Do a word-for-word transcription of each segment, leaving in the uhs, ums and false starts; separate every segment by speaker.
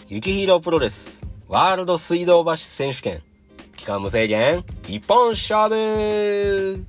Speaker 1: ゆきひろプロレスワールド水道橋選手権期間無制限一本勝負。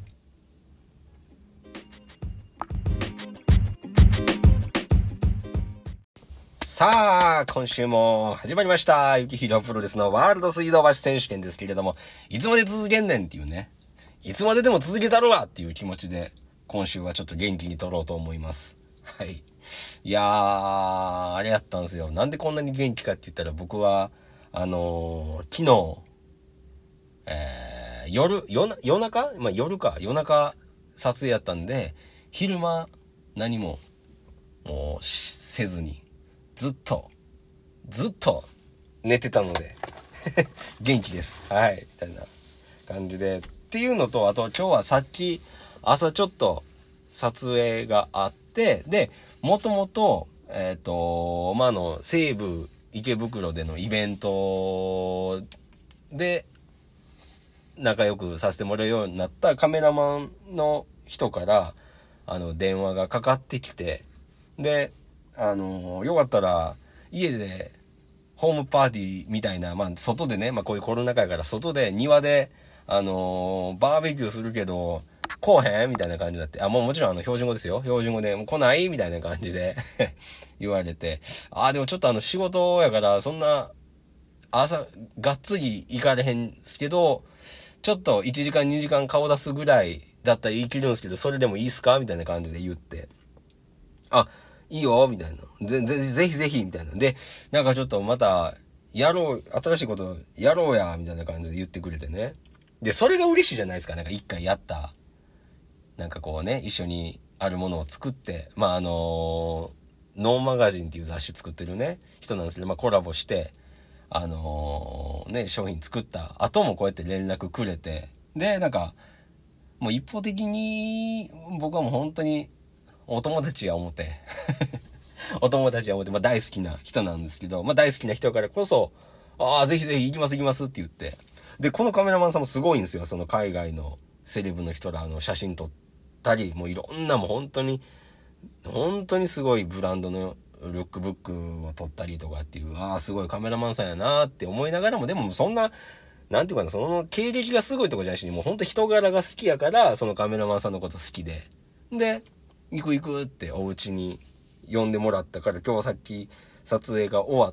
Speaker 1: さあ今週も始まりましたゆきひろプロレスのワールド水道橋選手権ですけれども、いつまで続けんねんっていうね、いつまででも続けたろわっていう気持ちで今週はちょっと元気に撮ろうと思います。はい。いやー、あれやったんですよ。なんでこんなに元気かって言ったら、僕は、あのー、昨日、えー、夜、夜な、夜中まあ、夜か、夜中撮影やったんで、昼間何も、もう、せずに、ずっと、ずっと寝てたので、元気です。はい。みたいな感じで。っていうのと、あと今日はさっき、朝ちょっと撮影があって、で、もともと、えっと、まあ、あの、西武池袋でのイベントで仲良くさせてもらうようになったカメラマンの人から、あの、電話がかかってきて、で、あの、よかったら家でホームパーティーみたいな、まあ、外でね、まあ、こういうコロナ禍やから外で庭で、あのー、バーベキューするけど、来へんみたいな感じになって、あ、もうもちろんあの、標準語ですよ。標準語で、もう来ないみたいな感じで言われて、あ、でもちょっとあの、仕事やから、そんな、朝、がっつり行かれへんすけど、ちょっといちじかんにじかん顔出すぐらいだったら言い切るんですけど、それでもいいっすかみたいな感じで言って、あ、いいよみたいな。ぜ、ぜ、ぜひぜひみたいな。で、なんかちょっとまた、やろう、新しいことやろうや、みたいな感じで言ってくれてね。で、それが嬉しいじゃないですか。なんか一回やった。なんかこうね、一緒にあるものを作って、まあ、あのー、ノーマガジンっていう雑誌作ってるね、人なんですけど、まあ、コラボして、あのー、ね、商品作った後もこうやって連絡くれて、で、なんか、もう一方的に、僕はもう本当に、お友達や思って、お友達や思って、まあ、大好きな人なんですけど、まあ、大好きな人からこそ、ああ、ぜひぜひ行きます行きますって言って、で、このカメラマンさんもすごいんですよ。その海外のセレブの人らの写真撮ったり、もういろんなもう本当に、本当にすごいブランドのルックブックを撮ったりとかっていう、ああ、すごいカメラマンさんやなって思いながらも、でもそんな、なんていうかな、その経歴がすごいとかじゃないし、もう本当人柄が好きやから、そのカメラマンさんのこと好きで。で、行く行くってお家に呼んでもらったから、今日さっき撮影が終わって、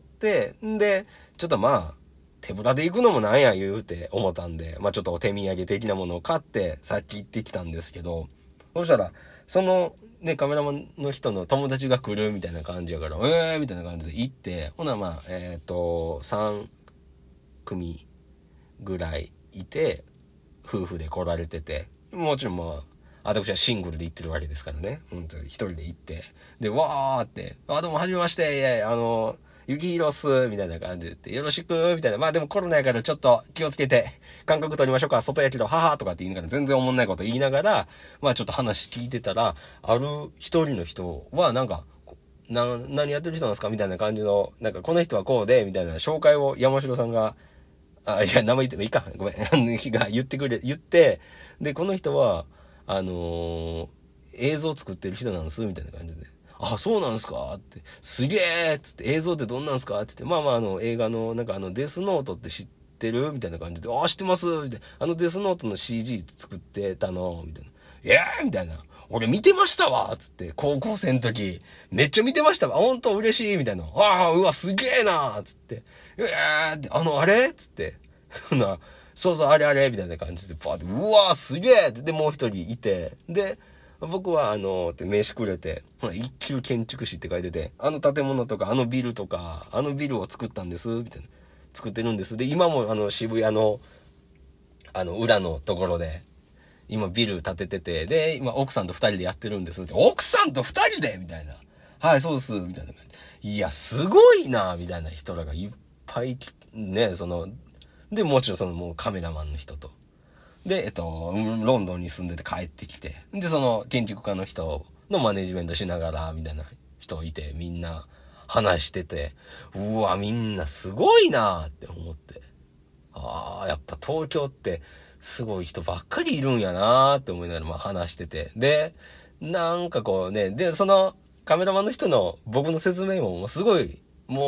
Speaker 1: んで、ちょっとまあ、手ぶらで行くのもなんや言うて思ったんで、まあちょっとお手土産的なものを買って、さっき行ってきたんですけど、そしたら、その、ね、カメラマンの人の友達が来るみたいな感じやから、えーみたいな感じで行って、ほなまあ、えっと、さん組ぐらいいて、夫婦で来られてて、もちろんまあ、私はシングルで行ってるわけですからね。本当に一人で行って。で、わーって、あ、どうもはじめまして、いやいや、あの、ゆきひろっす、みたいな感じで言って、よろしく、みたいな。まあでもコロナやからちょっと気をつけて、間隔取りましょうか、外やけど、ははとかって言いながら、全然おもんないこと言いながら、まあちょっと話聞いてたら、ある一人の人は、なんか、な、何やってる人なんですかみたいな感じの、なんかこの人はこうで、みたいな紹介を山城さんが、あ、いや、名前言ってもいいか。ごめん。が言ってくれ、言って、で、この人は、あのー、映像作ってる人なんです、みたいな感じで。あ、そうなんですかって。すげえっつって、映像ってどんなんすかって言って、まあまあ、あの、映画の、なんかあの、デスノートって知ってるみたいな感じで、あ、知ってますみたいな。あのデスノートの シージー 作ってたのみたいな。えーみたいな。俺見てましたわつって、高校生の時、めっちゃ見てましたわほんと嬉しいみたいな。ああ、うわ、すげえなつって。えーって、あの、あれつって。な、そうそう、あれあれみたいな感じで、パーって、うわーすげえって、で、もう一人いて、で、僕は、あの、って名刺くれて、ほら、一級建築士って書いてて、あの建物とか、あのビルとか、あのビルを作ったんです、みたいな。作ってるんです。で、今も、あの、渋谷の、あの、裏のところで、今ビル建ててて、で、今奥さんと二人でやってるんです。奥さんと二人でみたいな。はい、そうです、みたいな感じ。いや、すごいな、みたいな人らがいっぱい、ね、その、で、もちろんそのもうカメラマンの人と。で、えっと、ロンドンに住んでて帰ってきて。で、その建築家の人のマネジメントしながら、みたいな人いて、みんな話してて、うわ、みんなすごいなって思って。ああ、やっぱ東京ってすごい人ばっかりいるんやなって思いながらまあ話してて。で、なんかこうね、で、そのカメラマンの人の僕の説明ももうすごい、もう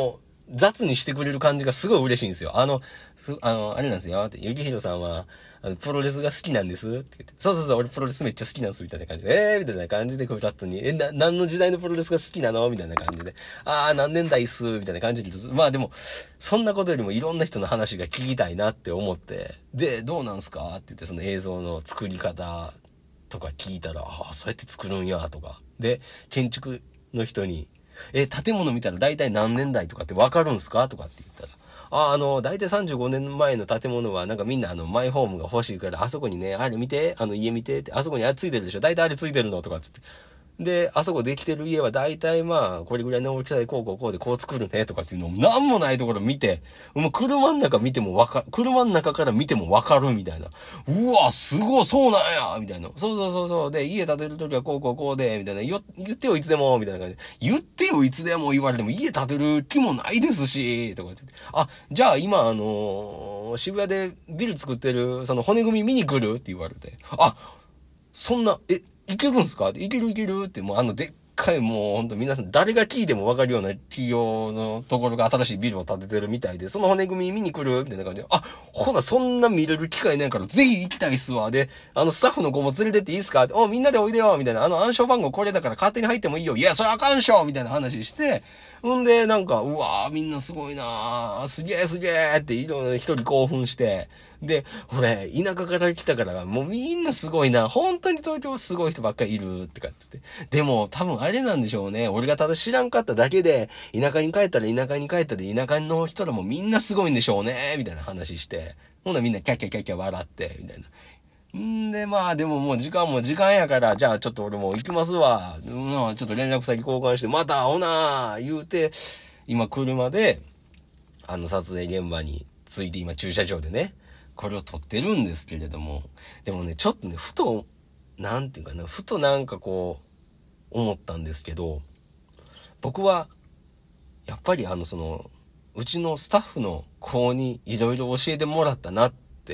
Speaker 1: 雑にしてくれる感じがすごい嬉しいんですよ。あの、すあの、あれなんですよ。ゆきひろさんは、あの、プロレスが好きなんですって言って。そうそうそう、俺プロレスめっちゃ好きなんです、みたいな感じで。えーみたいな感じで、フラットに。え、な、何の時代のプロレスが好きなのみたいな感じで。あー、何年代っす、みたいな感じで。まあでも、そんなことよりもいろんな人の話が聞きたいなって思って。で、どうなんすかって言って、その映像の作り方とか聞いたら、ああ、そうやって作るんや、とか。で、建築の人に、え、建物見たら大体何年代とかってわかるんすかとかって言ったら、あ、あの、大体さんじゅうごねんまえの建物はなんかみんなあの、マイホームが欲しいから、あそこにね、あれ見て、あの家見てって、あそこにあれついてるでしょ大体あれついてるのとかっつって。で、あそこできてる家は大体まあ、これぐらいの大きさでこうこうこうでこう作るねとかっていうのをなんもないところ見て、もう車の中見てもわか、車の中から見てもわかるみたいな。うわ、すごい、そうなんやみたいな。そうそうそうそう。で、家建てるときはこうこうこうで、みたいな。言ってよ、いつでも、みたいな感じで。言ってよ、いつでも言われても家建てる気もないですし、とかって。あ、じゃあ今あのー、渋谷でビル作ってる、その骨組み見に来るって言われて。あ、そんな、え、いけるんすかいけるいけるって、もうあの、でっかい、もうほんと皆さん、誰が聞いてもわかるような企業のところが新しいビルを建ててるみたいで、その骨組み見に来るみたいな感じで、あ、ほな、そんな見れる機会ないから、ぜひ行きたいっすわ。で、あの、スタッフの子も連れてっていいっすかお、みんなでおいでよみたいな。あの、暗証番号これだから勝手に入ってもいいよ。いや、それあかんっしょみたいな話して、んで、なんか、うわーみんなすごいなーすげーすげーって、いろんな一人興奮して、で、俺、田舎から来たから、もうみんなすごいな。本当に東京はすごい人ばっかりいるってかっつって。でも、多分あれなんでしょうね。俺がただ知らんかっただけで、田舎に帰ったら田舎に帰ったで、田舎の人らもみんなすごいんでしょうね。みたいな話して。ほんならみんなキャッキャキャッキャ笑って、みたいな。んで、まあ、でももう時間も時間やから、じゃあちょっと俺もう行きますわ。うん、ちょっと連絡先交換して、また会おうなー言うて、今車で、あの撮影現場に着いて今駐車場でね、これを撮ってるんですけれども、でもね、ちょっとね、ふと、なんていうかな、ふとなんかこう、思ったんですけど、僕は、やっぱりあの、その、うちのスタッフの子にいろいろ教えてもらったなって、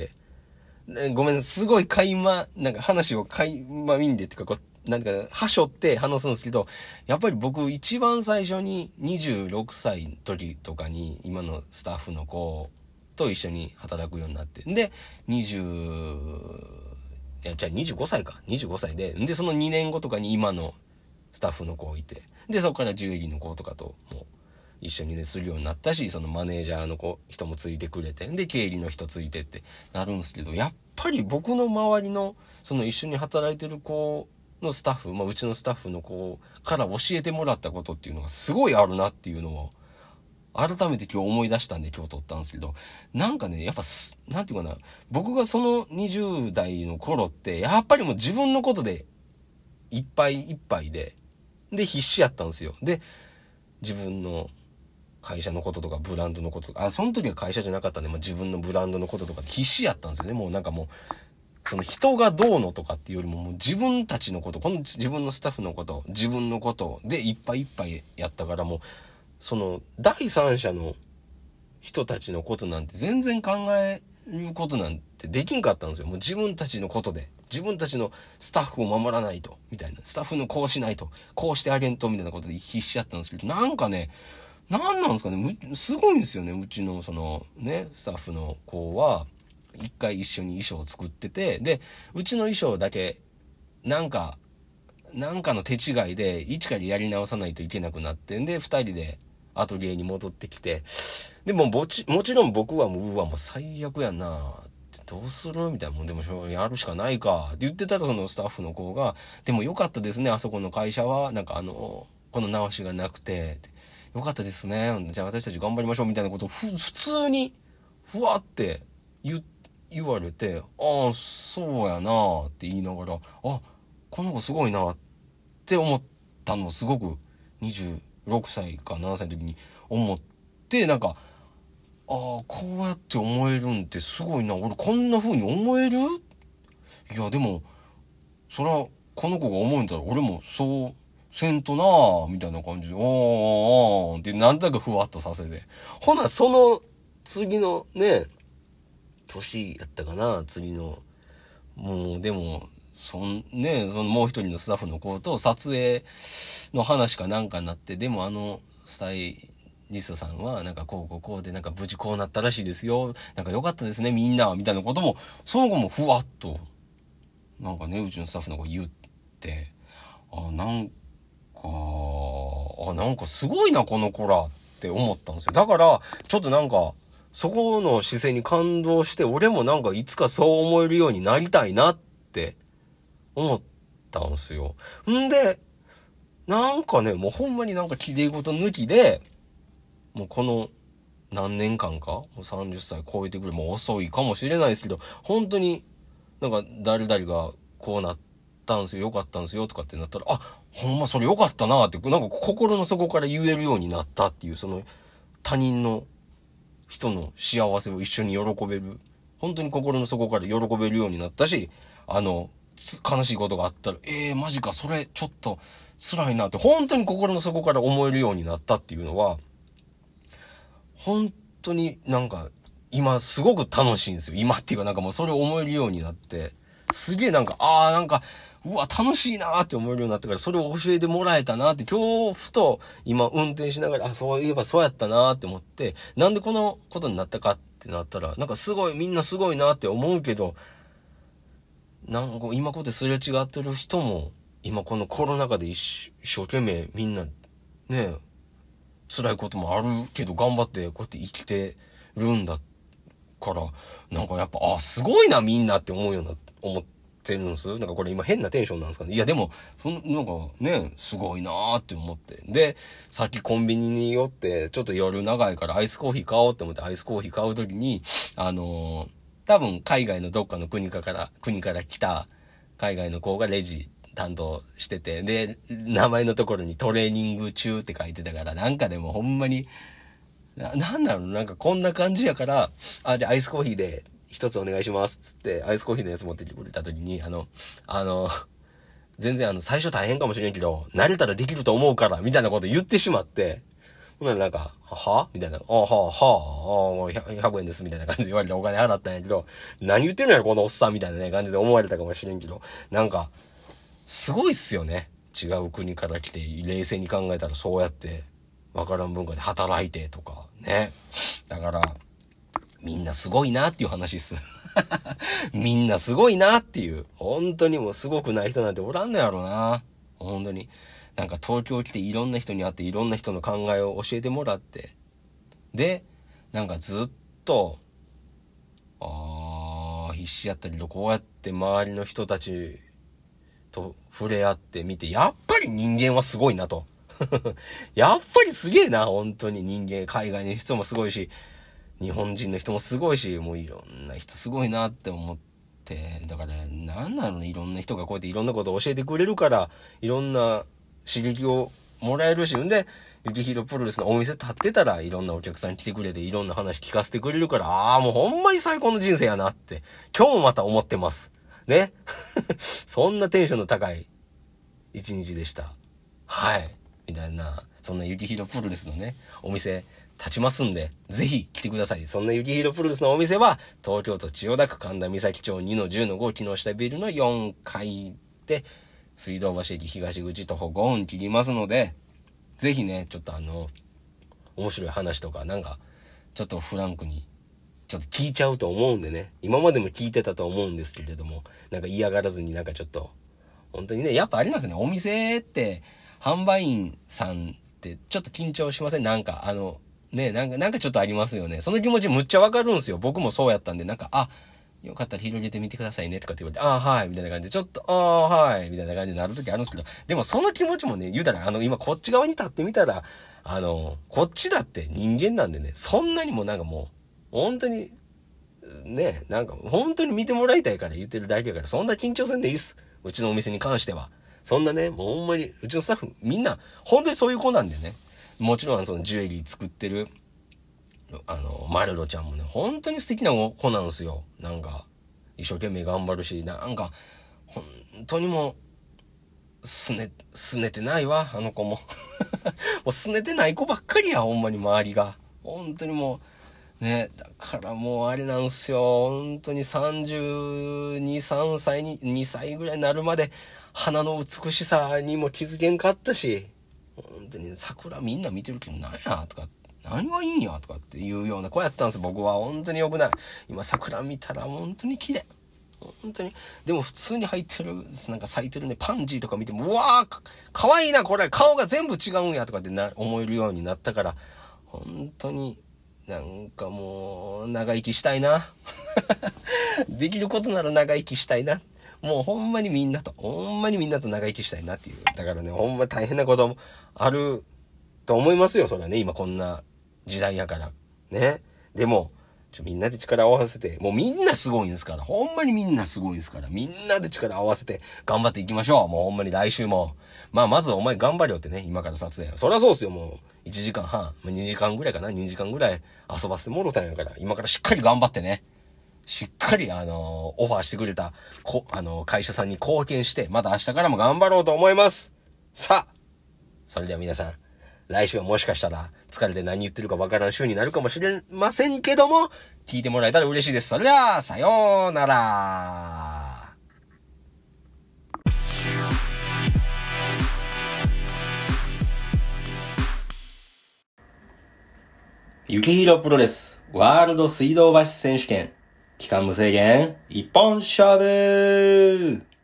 Speaker 1: ね、ごめん、すごい垣間、なんか話を垣間見んでっていうか、こう、なんか、はしょって話すんですけど、やっぱり僕一番最初ににじゅうろくさいの時とかに、今のスタッフの子と一緒に働くようになって、で、にじゅう、いや、じゃあにじゅうごさいか。にじゅうごさいで、で、そのにねんごとかに今のスタッフの子いて、で、そこからジュエリーの子とかとも一緒にね、するようになったし、そのマネージャーの子、人もついてくれて、で、経理の人ついてってなるんですけど、やっぱり僕の周りの、その一緒に働いてる子のスタッフ、まあ、うちのスタッフの子から教えてもらったことっていうのがすごいあるなっていうのを、改めて今日思い出したんで今日撮ったんですけど、なんかね、やっぱ、なんていうかな、僕がそのにじゅう代の頃って、やっぱりもう自分のことでいっぱいいっぱいで、で、必死やったんですよ。で、自分の会社のこととかブランドのこととか、あ、その時は会社じゃなかったんで、まあ、自分のブランドのこととか必死やったんですよね。もうなんかもう、その人がどうのとかっていうよりも、もう自分たちのこと、この自分のスタッフのこと、自分のことでいっぱいいっぱいやったから、もう、その第三者の人たちのことなんて全然考えることなんてできんかったんですよ。もう自分たちのことで、自分たちのスタッフを守らないと、みたいな。スタッフのこうしないと、こうしてあげんと、みたいなことで必死やったんですけど、なんかね、なんなんですかね、すごいんですよね。うちのそのね、スタッフの子は、一回一緒に衣装を作ってて、で、うちの衣装だけ、なんか、なんかの手違いで、一からやり直さないといけなくなってんで、二人でアトリエに戻ってきて、でももち、もちろん僕はもう、うわ、もう最悪やなってどうするみたいなもんでもやるしかないかって言ってたら、そのスタッフの子が、でもよかったですね、あそこの会社は、なんかあの、この直しがなくて、よかったですね。じゃあ私たち頑張りましょうみたいなことをふ普通にふわって言言われて、ああそうやなって言いながら、あこの子すごいなって思ったのをすごくにじゅうろくさいかななさいの時に思って、なんかああこうやって思えるんってすごいな、俺こんな風に思える。いやでもそらこの子が思うんだら俺もそうせんとなぁ、みたいな感じで、おーおーってなんとなくふわっとさせて。ほな、その次のね、年やったかな、次の。もう、でも、そん、ね、そのもう一人のスタッフの子と撮影の話かなんかになって、でもあの、スタイリストさんは、なんかこうこうこうで、なんか無事こうなったらしいですよ。なんか良かったですね、みんな、みたいなことも、その後もふわっと、なんかね、うちのスタッフの子言って、あ、なんか、あ、なんかすごいな、この子らって思ったんですよ。だから、ちょっとなんか、そこの姿勢に感動して、俺もなんかいつかそう思えるようになりたいなって思ったんですよ。んで、なんかね、もうほんまになんか綺麗事抜きで、もうこの何年間か、もうさんじゅっさい超えてくる、もう遅いかもしれないですけど、本当になんか誰々がこうなったんですよ、よかったんですよとかってなったら、あ、ほんまそれよかったなって、なんか心の底から言えるようになったっていう、その他人の人の幸せを一緒に喜べる、本当に心の底から喜べるようになったし、あの、悲しいことがあったら、えー、マジか、それちょっと辛いなって、本当に心の底から思えるようになったっていうのは、本当になんか、今すごく楽しいんですよ。今っていうかなんかもうそれを思えるようになって、すげえなんか、ああなんか、うわ、楽しいなーって思えるようになったから、それを教えてもらえたなーって、今日ふと今運転しながら、あ、そういえばそうやったなーって思って、なんでこのことになったかってなったら、なんかすごい、みんなすごいなーって思うけど、なんか今こうやってすれ違ってる人も、今このコロナ禍で一生懸命みんな、ね、辛いこともあるけど頑張ってこうやって生きてるんだから、なんかやっぱ、あ、すごいなみんなって思うような、思ってるんです。なんかこれ今変なテンションなんですかね。いやでも、その、なんかね、すごいなーって思って。で、さっきコンビニに寄って、ちょっと夜長いからアイスコーヒー買おうって思ってアイスコーヒー買うときに、あのー、多分海外のどっかの国から、国から来た海外の子がレジ担当してて、で、名前のところにトレーニング中って書いてたから、なんかでもほんまに、な、なんだろう、なんかこんな感じやから、あ、じゃあアイスコーヒーで一つお願いしますつって、アイスコーヒーのやつ持ってきてくれた時に、あの、あの、全然あの、最初大変かもしれんけど、慣れたらできると思うから、みたいなこと言ってしまって、ほんならなんか、はみたいな、あはあ、はあ、ひゃくえんです、みたいな感じで言われてお金払ったんやけど、何言ってるんやろ、このおっさん、みたいなね、感じで思われたかもしれんけど、なんか、すごいっすよね。違う国から来て、冷静に考えたらそうやって、わからん文化で働いてとか、ね。だから、みんなすごいなっていう話っす。みんなすごいなっていう。本当にもうすごくない人なんておらんのやろな。本当に。なんか東京来ていろんな人に会っていろんな人の考えを教えてもらって。で、なんかずっと、あー、必死やったけど、こうやって周りの人たちと触れ合ってみて、やっぱり人間はすごいなと。やっぱりすげえな、本当に人間。海外の人もすごいし、日本人の人もすごいし、もういろんな人すごいなって思って、だから、なんなのね、いろんな人がこうやっていろんなことを教えてくれるから、いろんな刺激をもらえるし、んで、ゆきひろプロレスのお店立ってたら、いろんなお客さん来てくれて、いろんな話聞かせてくれるから、ああ、もうほんまに最高の人生やなって、今日もまた思ってます。ね。そんなテンションの高い一日でした。はい。みたいな、そんなゆきひろプロレスのね、お店、立ちますんで、ぜひ来てください。そんなゆきひろプロレスのお店は、東京都千代田区神田三崎町 にのじゅうのご 木下ビルのよんかいで、水道橋駅東口徒歩ごふん切りますので、ぜひね、ちょっとあの、面白い話とか、なんか、ちょっとフランクに、ちょっと聞いちゃうと思うんでね、今までも聞いてたと思うんですけれども、なんか嫌がらずになんかちょっと、本当にね、やっぱありますね、お店って、販売員さんってちょっと緊張しません？なんか、あの、ね、なんか、なんかちょっとありますよね。その気持ちむっちゃわかるんですよ。僕もそうやったんで、なんか、あ、よかったら広げてみてくださいねとかって言われて、あはい、みたいな感じで、ちょっと、あはい、みたいな感じになるときあるんですけど、でもその気持ちもね、言うたら、あの、今こっち側に立ってみたら、あの、こっちだって人間なんでね、そんなにもなんかもう、本当に、ね、なんか、本当に見てもらいたいから言ってるだけだから、そんな緊張せんでいいっす。うちのお店に関しては。そんなね、もうほんまに、うちのスタッフ、みんな、本当にそういう子なんでね。もちろん、そのジュエリー作ってる、あの、マルロちゃんもね、本当に素敵な子なんですよ。なんか、一生懸命頑張るし、なんか、本当にもう、すね、すねてないわ、あの子も。もうすねてない子ばっかりや、ほんまに周りが。本当にもう、ね、だからもうあれなんすよ。本当にさんじゅうに、さんさいに、にさいぐらいになるまで、花の美しさにも気づけんかったし、本当に桜みんな見てるけどなんやとか、 何がいいんやとかっていうような子やったんです僕は。本当に良くない。今桜見たら本当に綺麗。本当に。でも普通に入ってる、なんか咲いてるね、パンジーとか見ても、うわー、か、かわいいな、これ。顔が全部違うんやとかってな、思えるようになったから、本当に、なんかもう、長生きしたいな。できることなら長生きしたいな。もうほんまにみんなと、ほんまにみんなと長生きしたいなっていう。だからね、ほんま大変なこともあると思いますよ、それはね。今こんな時代やから。ね。でも、ちょみんなで力を合わせて、もうみんなすごいんですから。ほんまにみんなすごいんですから。みんなで力を合わせて頑張っていきましょう。もうほんまに来週も。まあまずお前頑張れよってね、今から撮影。そりゃそうっすよ、もう。いちじかんはん、にじかんぐらいかな、にじかんぐらい遊ばせてもろたんやから。今からしっかり頑張ってね。しっかり、あのー、オファーしてくれた、こ、あのー、会社さんに貢献して、また明日からも頑張ろうと思います。さあ、それでは皆さん、来週はもしかしたら疲れて何言ってるかわからん週になるかもしれませんけども、聞いてもらえたら嬉しいです。それでは、さようなら。ゆきひろプロレスワールド水道橋選手権期間無制限一本勝負。